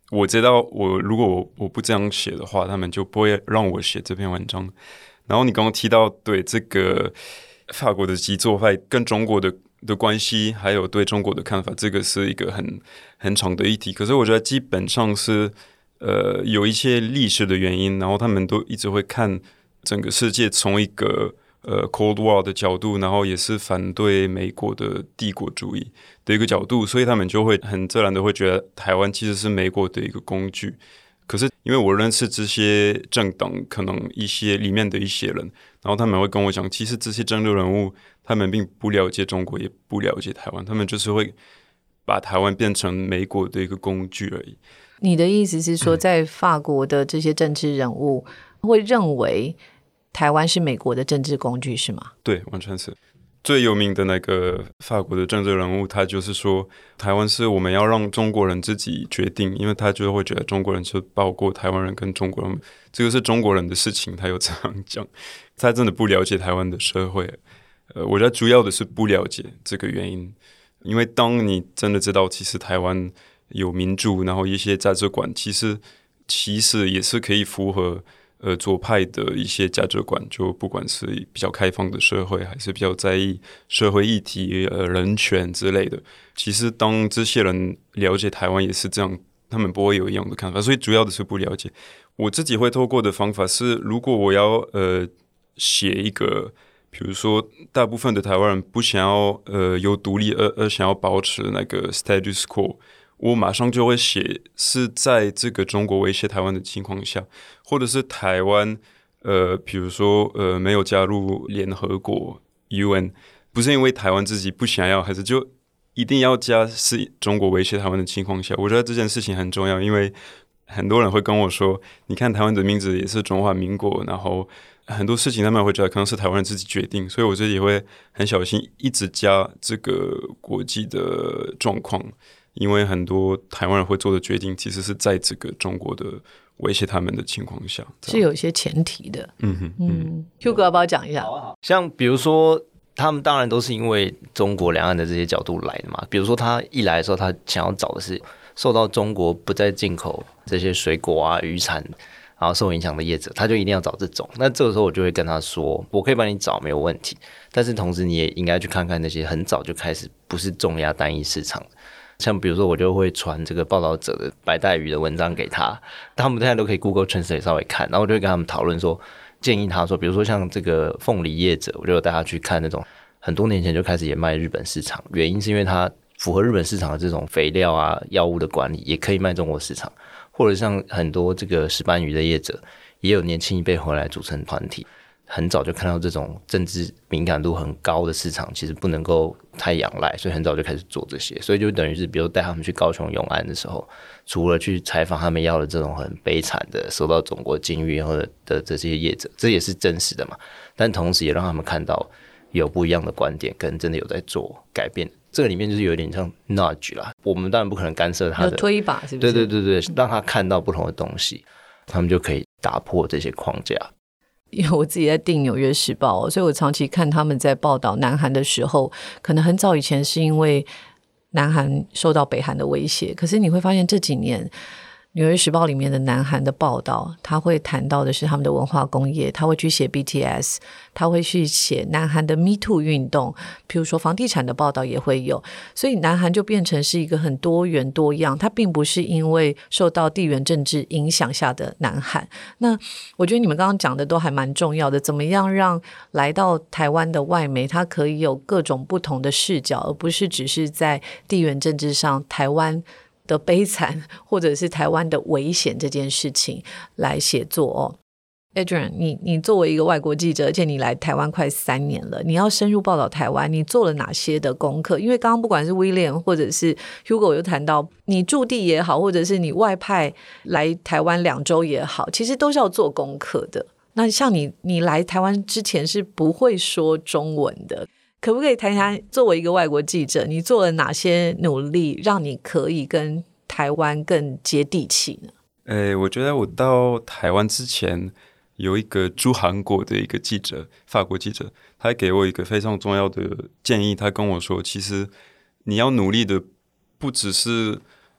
我知道我如果我我不这样写的话，他们就不会让我写这篇文章。然后你刚刚提到对这个法国的极左派跟中国的的关系，还有对中国的看法，这个是一个很很长的议题。可是我觉得基本上是呃有一些历史的原因，然后他们都一直会看整个世界从一个呃 Cold War 的角度，然后也是反对美国的帝国主义的一个角度，所以他们就会很自然的会觉得台湾其实是美国的一个工具。可是因为我认识这些政党可能一些里面的一些人，然后他们会跟我讲，其实这些政治人物他们并不了解中国，也不了解台湾，他们就是会把台湾变成美国的一个工具而已。 你的意思是说，在法国的这些政治人物会认为台湾是美国的政治工具是吗？ 对，完全是。最有名的那个法国的政治人物，他就是说台湾是我们要让中国人自己决定，因为他就会觉得中国人是包括台湾人跟中国人，这个是中国人的事情，他有这样讲。他真的不了解台湾的社会，呃，我觉得主要的是不了解这个原因，因为当你真的知道其实台湾有民主，然后一些价值观其实其实也是可以符合呃，左派的一些价值观，就不管是比较开放的社会，还是比较在意社会议题、呃人权之类的。其实当这些人了解台湾也是这样，他们不会有一样的看法。所以主要的是不了解。我自己会透过的方法是，如果我要呃写一个，比如说大部分的台湾人不想要呃有独立，而而想要保持那个 status quo。我马上就会写是在这个中国威胁台湾的情况下，或者是台湾呃，比如说呃没有加入联合国 U N， 不是因为台湾自己不想要，还是就一定要加是中国威胁台湾的情况下，我觉得这件事情很重要，因为很多人会跟我说，你看台湾的名字也是中华民国，然后很多事情他们会觉得可能是台湾人自己决定，所以我自己会很小心一直加这个国际的状况。因为很多台湾人会做的决定，其实是在这个中国的威胁他们的情况下， 是有一些前提的。 嗯哼，嗯 ，Hugo 要不要讲一下？ 像比如说，他们当然都是因为中国两岸的这些角度来的嘛。比如说，他一来的时候，他想要找的是受到中国不再进口这些水果啊、渔产，然后受影响的业者，他就一定要找这种。那这个时候，我就会跟他说，我可以帮你找，没有问题。但是同时，你也应该去看看那些很早就开始不是重压单一市场的。像比如说，我就会传这个报道者的白带鱼的文章给他，他们现在都可以 Google Translate 稍微看，然后我就会跟他们讨论说，建议他说，比如说像这个凤梨业者，我就带他去看那种很多年前就开始也卖日本市场，原因是因为它符合日本市场的这种肥料啊、药物的管理，也可以卖中国市场，或者像很多这个石斑鱼的业者，也有年轻一辈回来组成团体。很早就看到这种政治敏感度很高的市场其实不能够太仰赖，所以很早就开始做这些，所以就等于是比如带他们去高雄永安的时候，除了去采访他们要的这种很悲惨的受到中国禁运后的这些业者，这也是真实的嘛，但同时也让他们看到有不一样的观点跟真的有在做改变，这个里面就是有点像 nudge 啦，我们当然不可能干涉他的推一把，是不是？ 对对对对，让他看到不同的东西，他们就可以打破这些框架。 因为我自己在订纽约时报，所以我长期看他们在报道南韩的时候，可能很早以前是因为南韩受到北韩的威胁，可是你会发现这几年纽约时报里面的南韩的报道，他会谈到的是他们的文化工业，他会去写 B T S， 他会去写南韩的 Me Too 运动，譬如说房地产的报道也会有，所以南韩就变成是一个很多元多样，它并不是因为受到地缘政治影响下的南韩。那我觉得你们刚刚讲的都还蛮重要的，怎么样让来到台湾的外媒它可以有各种不同的视角，而不是只是在地缘政治上台湾的悲惨或者是台湾的危险这件事情来写作哦。Adrian， 你你作为一个外国记者，而且你来台湾快三年了，你要深入报道台湾，你做了哪些的功课？因为刚刚不管是 William 或者是 Hugo 有谈到，你驻地也好，或者是你外派来台湾两周也好，其实都是要做功课的。那像你你来台湾之前是不会说中文的，可不可以谈谈作为一个外国记者，你做了哪些努力让你可以跟台湾更接地气呢？ 诶，我觉得我到台湾之前有一个驻韩国的一个记者，法国记者，他给我一个非常重要的建议，他跟我说，其实你要努力的不只是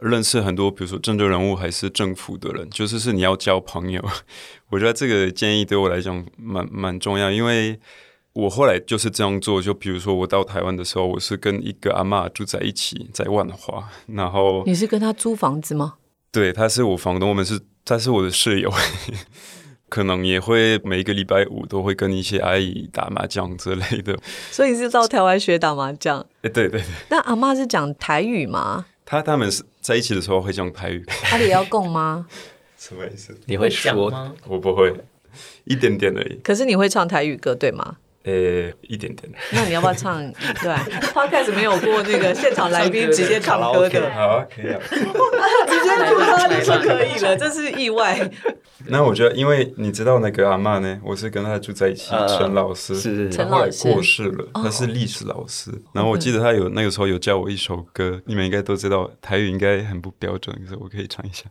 认识很多比如说政治人物还是政府的人，就是是你要交朋友。我觉得这个建议对我来讲蛮蛮重要，因为我后来就是这样做。就比如说我到台湾的时候，我是跟一个阿嬷住在一起，在万华。然后你是跟他租房子吗？ 对，他是我房东，我们是他是我的室友。可能也会每一个礼拜五都会跟一些阿姨打麻将之类的。 所以你是到台湾学打麻将？ 哎，对对对。 那阿嬷是讲台语吗？ 他他们在一起的时候会讲台语。 他也要供吗？ 什么意思？ 你会说吗？ 我不会，一点点而已。 可是你会唱台语歌对吗？ 呃，一点点。 那你要不要唱一段？他开始没有过那个现场来宾直接唱歌的。 好啊，可以啊。 直接录他就说可以了，这是意外。 那我觉得，因为你知道那个阿嬷呢，我是跟她住在一起，陈、呃、老师， 是是是， 陈老师过世了，他是历史老师。哦、然后我记得他有那个时候有教我一首歌，你们应该都知道，台语应该很不标准，可是我可以唱一下。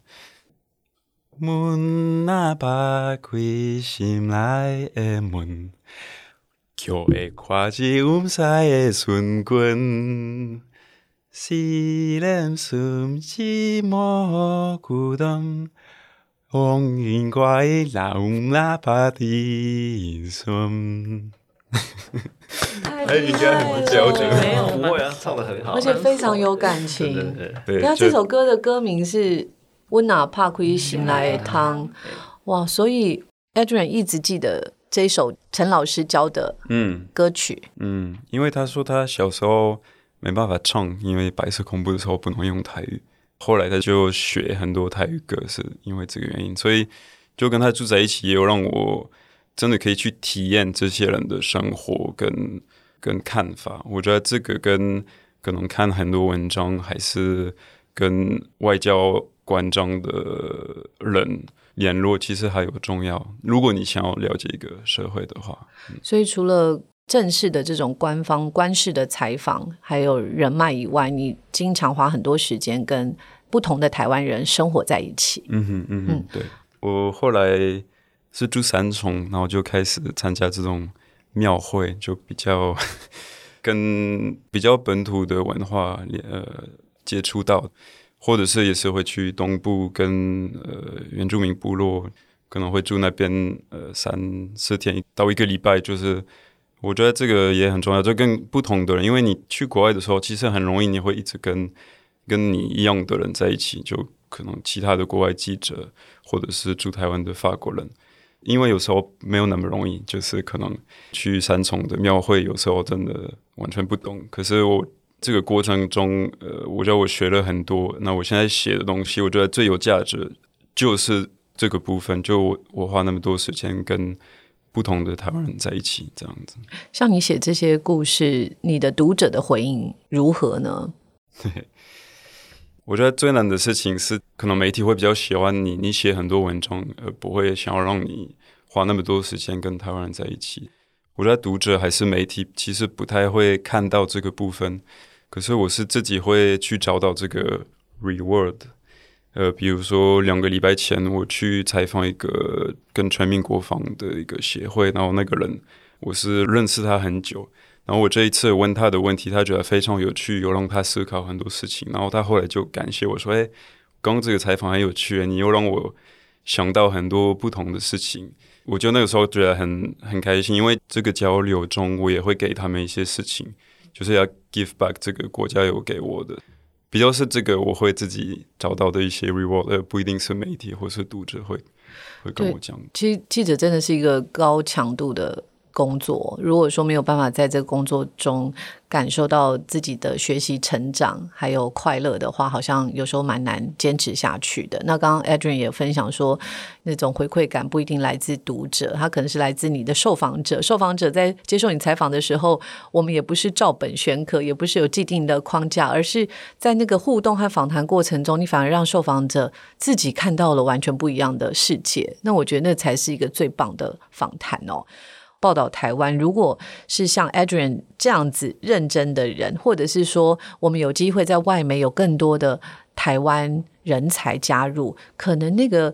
门啊打开，心内的门，叫会看一往事的瞬间。思念心寂寞孤单。往日我的老喇叭的心， 太应该很不标准， 没有不会啊，唱得很好， 而且非常有感情。 对对， 那这首歌的歌名是《我哪怕开心来的汤》，哇！所以 Adrian 一直记得这一首陈老师教的歌曲。 嗯，嗯因为他说他小时候没办法唱，因为白色恐怖的时候不能用台语。后来他就学很多台语歌，是因为这个原因，所以就跟他住在一起，也有让我真的可以去体验这些人的生活跟跟看法。我觉得这个跟可能看很多文章，还是跟外交官章的人联络，其实还有重要。如果你想要了解一个社会的话， 嗯、所以除了正式的这种官方官式的采访还有人脉以外，你经常花很多时间跟不同的台湾人生活在一起。 嗯哼嗯哼，嗯对。我后来是住三重，然后就开始参加这种庙会，就比较跟比较本土的文化呃接触到，或者是也是会去东部跟呃原住民部落，可能会住那边呃三四天到一个礼拜，就是我觉得这个也很重要，就跟不同的人，因为你去国外的时候，其实很容易你会一直跟跟你一样的人在一起，就可能其他的国外记者，或者是住台湾的法国人，因为有时候没有那么容易，就是可能去三重的庙会，有时候真的完全不懂。可是我这个过程中，呃，我觉得我学了很多。那我现在写的东西，我觉得最有价值就是这个部分，就 我, 我花那么多时间跟不同的台湾人在一起，这样子。 像你写这些故事，你的读者的回应如何呢？ 我觉得最难的事情是，可能媒体会比较喜欢你，你写很多文章，而不会想要让你花那么多时间跟台湾人在一起。我觉得读者还是媒体其实不太会看到这个部分，可是我是自己会去找到这个 reward。呃，比如说两个礼拜前我去采访一个跟全民国防的一个协会，然后那个人我是认识他很久，然后我这一次问他的问题，他觉得非常有趣，有让他思考很多事情，然后他后来就感谢我说：“哎，刚刚这个采访很有趣，你又让我想到很多不同的事情。”我就那个时候觉得很很开心，因为这个交流中，我也会给他们一些事情，就是要 give back 这个国家有给我的。比较是这个我会自己找到的一些 reward， 而不一定是媒体或是读者会会跟我讲。 其实记者真的是一个高强度的工作，如果说没有办法在这个工作中感受到自己的学习成长还有快乐的话，好像有时候蛮难坚持下去的。那刚刚 Adrian 也分享说，那种回馈感不一定来自读者，他可能是来自你的受访者。受访者在接受你采访的时候，我们也不是照本宣科，也不是有既定的框架，而是在那个互动和访谈过程中，你反而让受访者自己看到了完全不一样的世界。那我觉得那才是一个最棒的访谈哦。报道台湾，如果是像 Adrian 这样子认真的人，或者是说我们有机会在外媒有更多的台湾人才加入，可能那个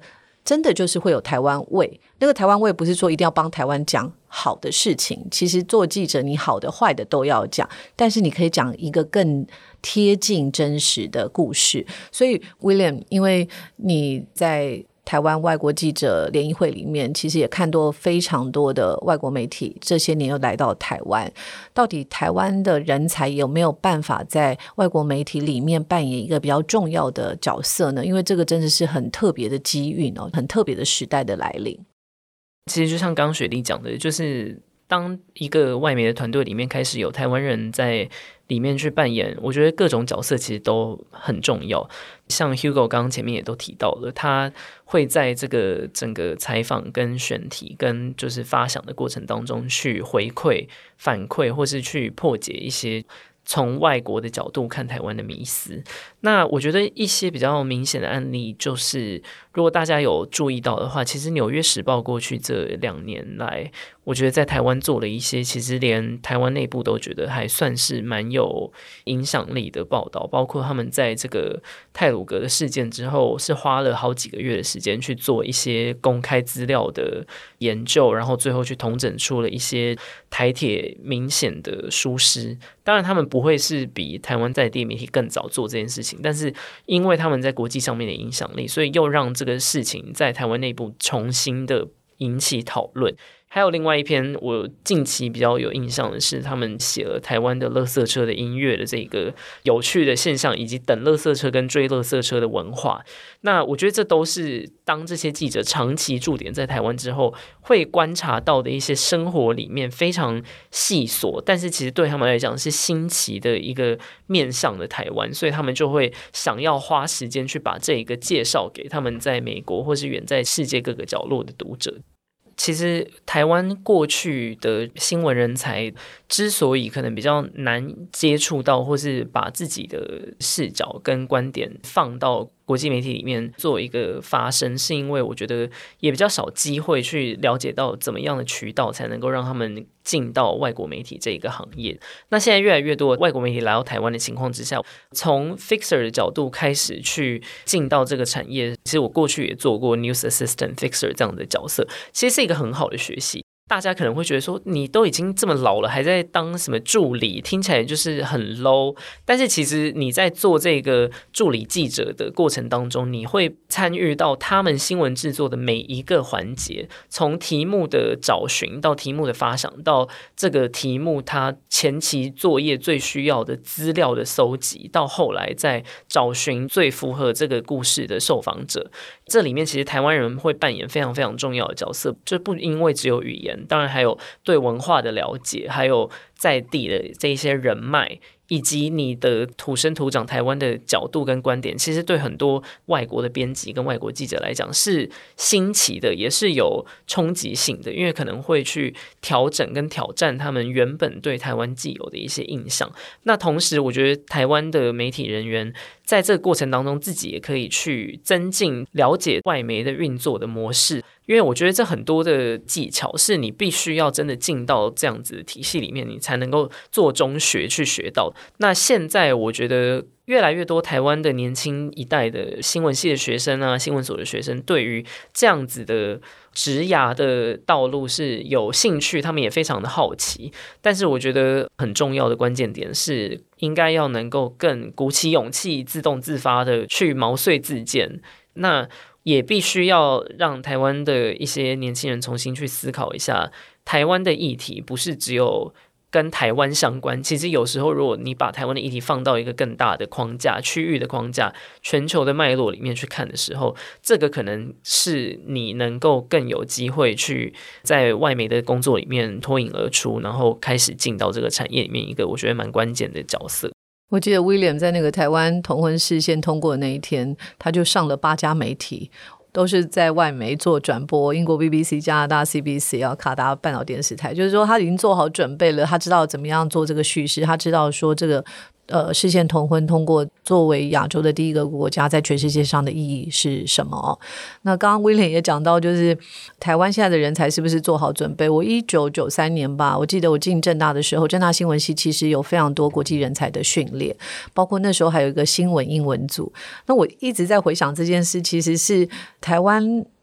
真的就是会有台湾味。那个台湾味不是说一定要帮台湾讲好的事情，其实做记者你好的坏的都要讲，但是你可以讲一个更贴近真实的故事。所以 William， 因为你在台湾外国记者联谊会里面其实也看多非常多的外国媒体，这些年又来到台湾，到底台湾的人才有没有办法在外国媒体里面扮演一个比较重要的角色呢？因为这个真的是很特别的机运哦，很特别的时代的来临。 其实就像刚刚雪莉讲的，就是当一个外媒的团队里面开始有台湾人在里面去扮演，我觉得各种角色其实都很重要。像 Hugo 刚刚前面也都提到了，他会在这个整个采访跟选题跟就是发想的过程当中去回馈反馈，或是去破解一些从外国的角度看台湾的迷思。那我觉得一些比较明显的案例就是如果大家有注意到的话，其实纽约时报过去这两年来我觉得在台湾做了一些其实连台湾内部都觉得还算是蛮有影响力的报道，包括他们在这个太鲁阁的事件之后是花了好几个月的时间去做一些公开资料的研究，然后最后去统整出了一些台铁明显的疏失。当然他们不会是比台湾在地媒体更早做这件事情，但是因为他们在国际上面的影响力，所以又让这个事情在台湾内部重新的引起讨论。还有另外一篇我近期比较有印象的是，他们写了台湾的垃圾车的音乐的这个有趣的现象，以及等垃圾车跟追垃圾车的文化。那我觉得这都是当这些记者长期驻点在台湾之后会观察到的一些生活里面非常细琐，但是其实对他们来讲是新奇的一个面向的台湾，所以他们就会想要花时间去把这个介绍给他们在美国或是远在世界各个角落的读者。其实台湾过去的新闻人才之所以可能比较难接触到，或是把自己的视角跟观点放到国际媒体里面做一个发声，是因为我觉得也比较少机会去了解到怎么样的渠道才能够让他们进到外国媒体这一个行业。那现在越来越多外国媒体来到台湾的情况之下，从 Fixer 的角度开始去进到这个产业，其实我过去也做过 News Assistant Fixer 这样的角色，其实是一个很好的学习。大家可能会觉得说你都已经这么老了还在当什么助理，听起来就是很 low， 但是其实你在做这个助理记者的过程当中，你会参与到他们新闻制作的每一个环节，从题目的找寻到题目的发想，到这个题目它前期作业最需要的资料的搜集，到后来再找寻最符合这个故事的受访者。这里面其实台湾人会扮演非常非常重要的角色，就不因为只有语言，当然还有对文化的了解，还有在地的这一些人脉，以及你的土生土长台湾的角度跟观点，其实对很多外国的编辑跟外国记者来讲是新奇的，也是有冲击性的，因为可能会去调整跟挑战他们原本对台湾既有的一些印象。那同时我觉得台湾的媒体人员在这个过程当中自己也可以去增进了解外媒的运作的模式，因为我觉得这很多的技巧是你必须要真的进到这样子的体系里面，你才能够做中学去学到。那现在我觉得越来越多台湾的年轻一代的新闻系的学生啊，新闻所的学生对于这样子的职涯的道路是有兴趣，他们也非常的好奇。但是我觉得很重要的关键点是应该要能够更鼓起勇气，自动自发的去毛遂自荐。那也必须要让台湾的一些年轻人重新去思考一下，台湾的议题不是只有跟台湾相关，其实有时候如果你把台湾的议题放到一个更大的框架、区域的框架、全球的脉络里面去看的时候，这个可能是你能够更有机会去在外媒的工作里面脱颖而出，然后开始进到这个产业里面一个我觉得蛮关键的角色。 我记得 William 在那个台湾同婚事件通过的那一天，他就上了八家媒体，都是在外媒做转播，英国 B B C、加拿大 C B C 啊、卡达半岛电视台，就是说他已经做好准备了，他知道怎么样做这个叙事，他知道说这个呃，视线同婚通过作为亚洲的第一个国家在全世界上的意义是什么、哦、那刚刚 William 也讲到，就是台湾现在的人才是不是做好准备。我一九九三年吧，我记得我进政大的时候，政大新闻系其实有非常多国际人才的训练，包括那时候还有一个新闻英文组。那我一直在回想这件事，其实是台湾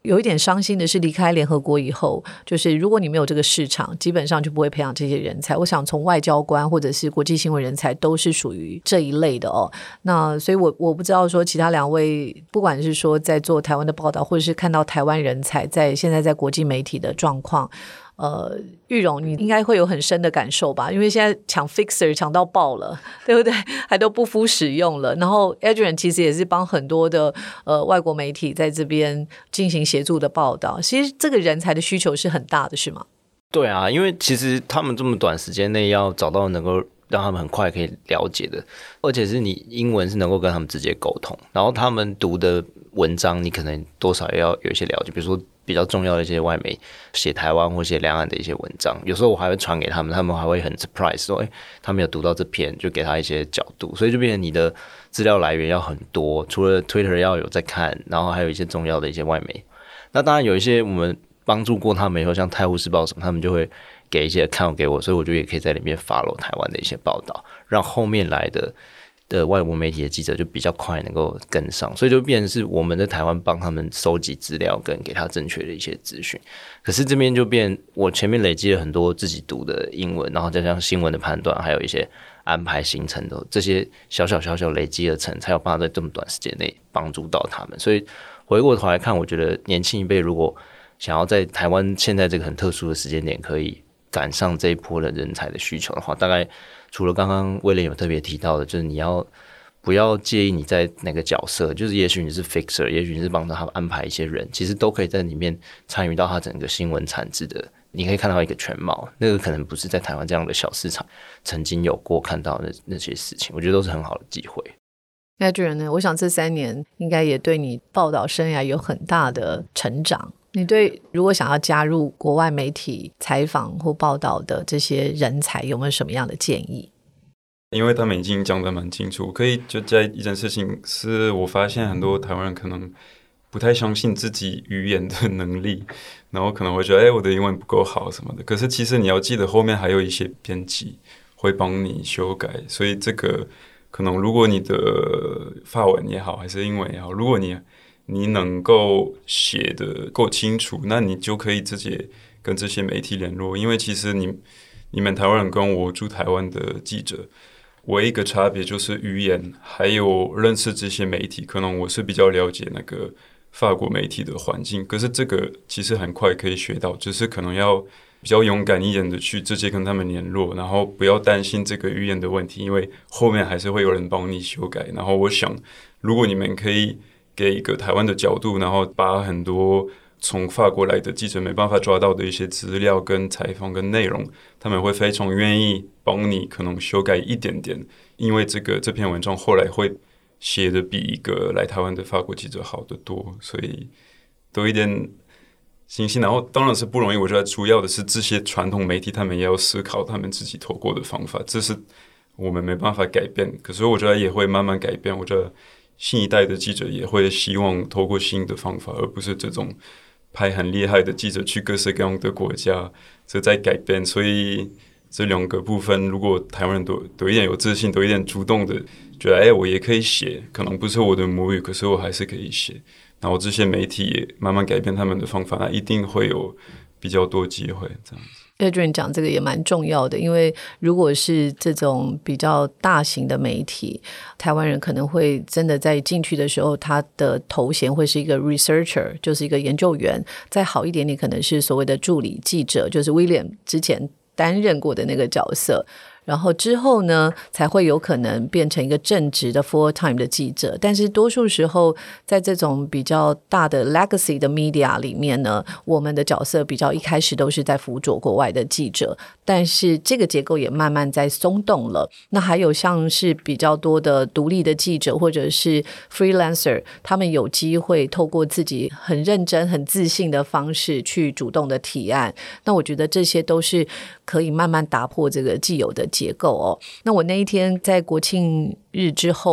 有一点伤心的是，离开联合国以后，就是如果你没有这个市场，基本上就不会培养这些人才。我想从外交官或者是国际新闻人才都是属于这一类的哦。那所以我我不知道说其他两位，不管是说在做台湾的报道，或者是看到台湾人才在现在在国际媒体的状况，呃，玉蓉你应该会有很深的感受吧，因为现在抢 fixer 抢到爆了，对不对？还都不敷使用了。然后 Adrian 其实也是帮很多的呃外国媒体在这边进行协助的报道，其实这个人才的需求是很大的，是吗？ 对啊，因为其实他们这么短时间内要找到能够让他们很快可以了解的，而且是你英文是能够跟他们直接沟通，然后他们读的文章你可能多少也要有一些了解，比如说比较重要的一些外媒写台湾或写两岸的一些文章，有时候我还会传给他们，他们还会很 surprise 说，哎，他们有读到这篇，就给他一些角度，所以就变成你的资料来源要很多，除了 Twitter 要有在看，然后还有一些重要的一些外媒。那当然有一些我们帮助过他们以后，像泰晤士报什么，他们就会给一些 account 给我，所以我就也可以在里面 follow 台湾的一些报道，让后面来的的外国媒体的记者就比较快能够跟上，所以就变成是我们在台湾帮他们收集资料跟给他正确的一些资讯。可是这边就变，我前面累积了很多自己读的英文，然后再加上新闻的判断，还有一些安排行程的这些小小小小累积而成，才有办法在这么短时间内帮助到他们。所以回过头来看，我觉得年轻一辈如果想要在台湾现在这个很特殊的时间点可以赶上这一波的人才的需求的话，大概除了刚刚威廉有特别提到的，就是你要不要介意你在哪个角色，就是也许你是 fixer， 也许你是帮他安排一些人，其实都可以在里面参与到他整个新闻产制的，你可以看到一个全貌，那个可能不是在台湾这样的小市场曾经有过看到的 那, 那些事情，我觉得都是很好的机会。 那巨人呢？我想这三年应该也对你报道生涯有很大的成长。你对如果想要加入国外媒体采访或报道的这些人才，有没有什么样的建议？ 因为他们已经讲得蛮清楚，可以就在一件事情是我发现很多台湾人可能不太相信自己语言的能力，然后可能会觉得哎，我的英文不够好什么的。可是其实你要记得后面还有一些编辑会帮你修改，所以这个可能如果你的法文也好还是英文也好，如果你你能够写得够清楚，那你就可以直接跟这些媒体联络。因为其实你你们台湾人跟我驻台湾的记者唯一一个差别就是语言还有认识这些媒体，可能我是比较了解那个法国媒体的环境，可是这个其实很快可以学到，就是可能要比较勇敢一点的去直接跟他们联络，然后不要担心这个语言的问题，因为后面还是会有人帮你修改。然后我想如果你们可以给一个台湾的角度，然后把很多从法国来的记者没办法抓到的一些资料跟采访跟内容，他们会非常愿意帮你可能修改一点点，因为这个这篇文章后来会写的比一个来台湾的法国记者好得多，所以多一点信心。然后当然是不容易，我觉得主要的是这些传统媒体他们也要思考他们自己透过的方法，这是我们没办法改变，可是我觉得也会慢慢改变。我觉得新一代的记者也会希望透过新的方法，而不是这种派很厉害的记者去各式各样的国家，这在改变。所以这两个部分，如果台湾人都都一点有自信，都一点主动的觉得，哎，我也可以写，可能不是我的母语，可是我还是可以写。然后这些媒体也慢慢改变他们的方法，那一定会有比较多机会这样子。 Adrian 讲这个也蛮重要的，因为如果是这种比较大型的媒体，台湾人可能会真的在进去的时候，他的头衔会是一个 researcher， 就是一个研究员，再好一点点可能是所谓的助理记者，就是 William 之前担任过的那个角色。然后之后呢才会有可能变成一个正职的 full time 的记者，但是多数时候在这种比较大的 legacy 的 media 里面呢，我们的角色比较一开始都是在辅佐国外的记者，但是这个结构也慢慢在松动了。那还有像是比较多的独立的记者或者是 freelancer， 他们有机会透过自己很认真很自信的方式去主动的提案，那我觉得这些都是可以慢慢打破这个既有的结构哦。那我那一天在国庆日之后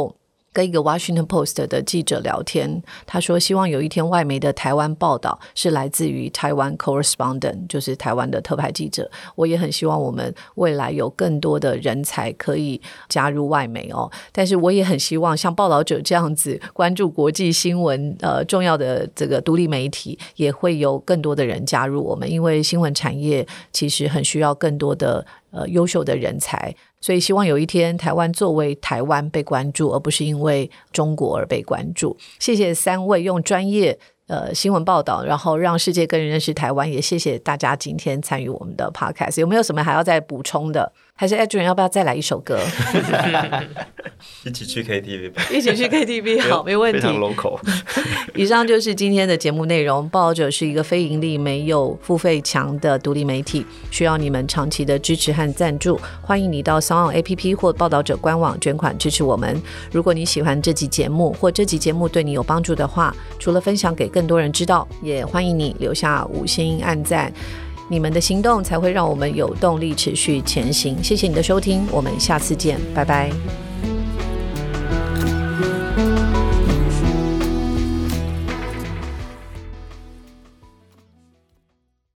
跟一个 Washington Post 的记者聊天，他说希望有一天外媒的台湾报道是来自于台湾 correspondent， 就是台湾的特派记者。我也很希望我们未来有更多的人才可以加入外媒哦，但是我也很希望像报道者这样子关注国际新闻呃重要的这个独立媒体也会有更多的人加入我们，因为新闻产业其实很需要更多的呃优秀的人才，所以希望有一天台湾作为台湾被关注，而不是因为中国而被关注。谢谢三位用专业呃新闻报道然后让世界更认识台湾，也谢谢大家今天参与我们的 podcast。 有没有什么还要再补充的？还是 Adrian 要不要再来一首歌？ 一起去 K T V 吧。 一起去 K T V 好，没问题， 非常 local。 以上就是今天的节目内容。报道者是一个非盈利没有付费墙的独立媒体，需要你们长期的支持和赞助。欢迎你到 SoundOn A P P 或报道者官网捐款支持我们。如果你喜欢这集节目或这集节目对你有帮助的话，除了分享给更多人知道，也欢迎你留下五星按赞，你们的行动才会让我们有动力持续前行。谢谢你的收听，我们下次见，拜拜。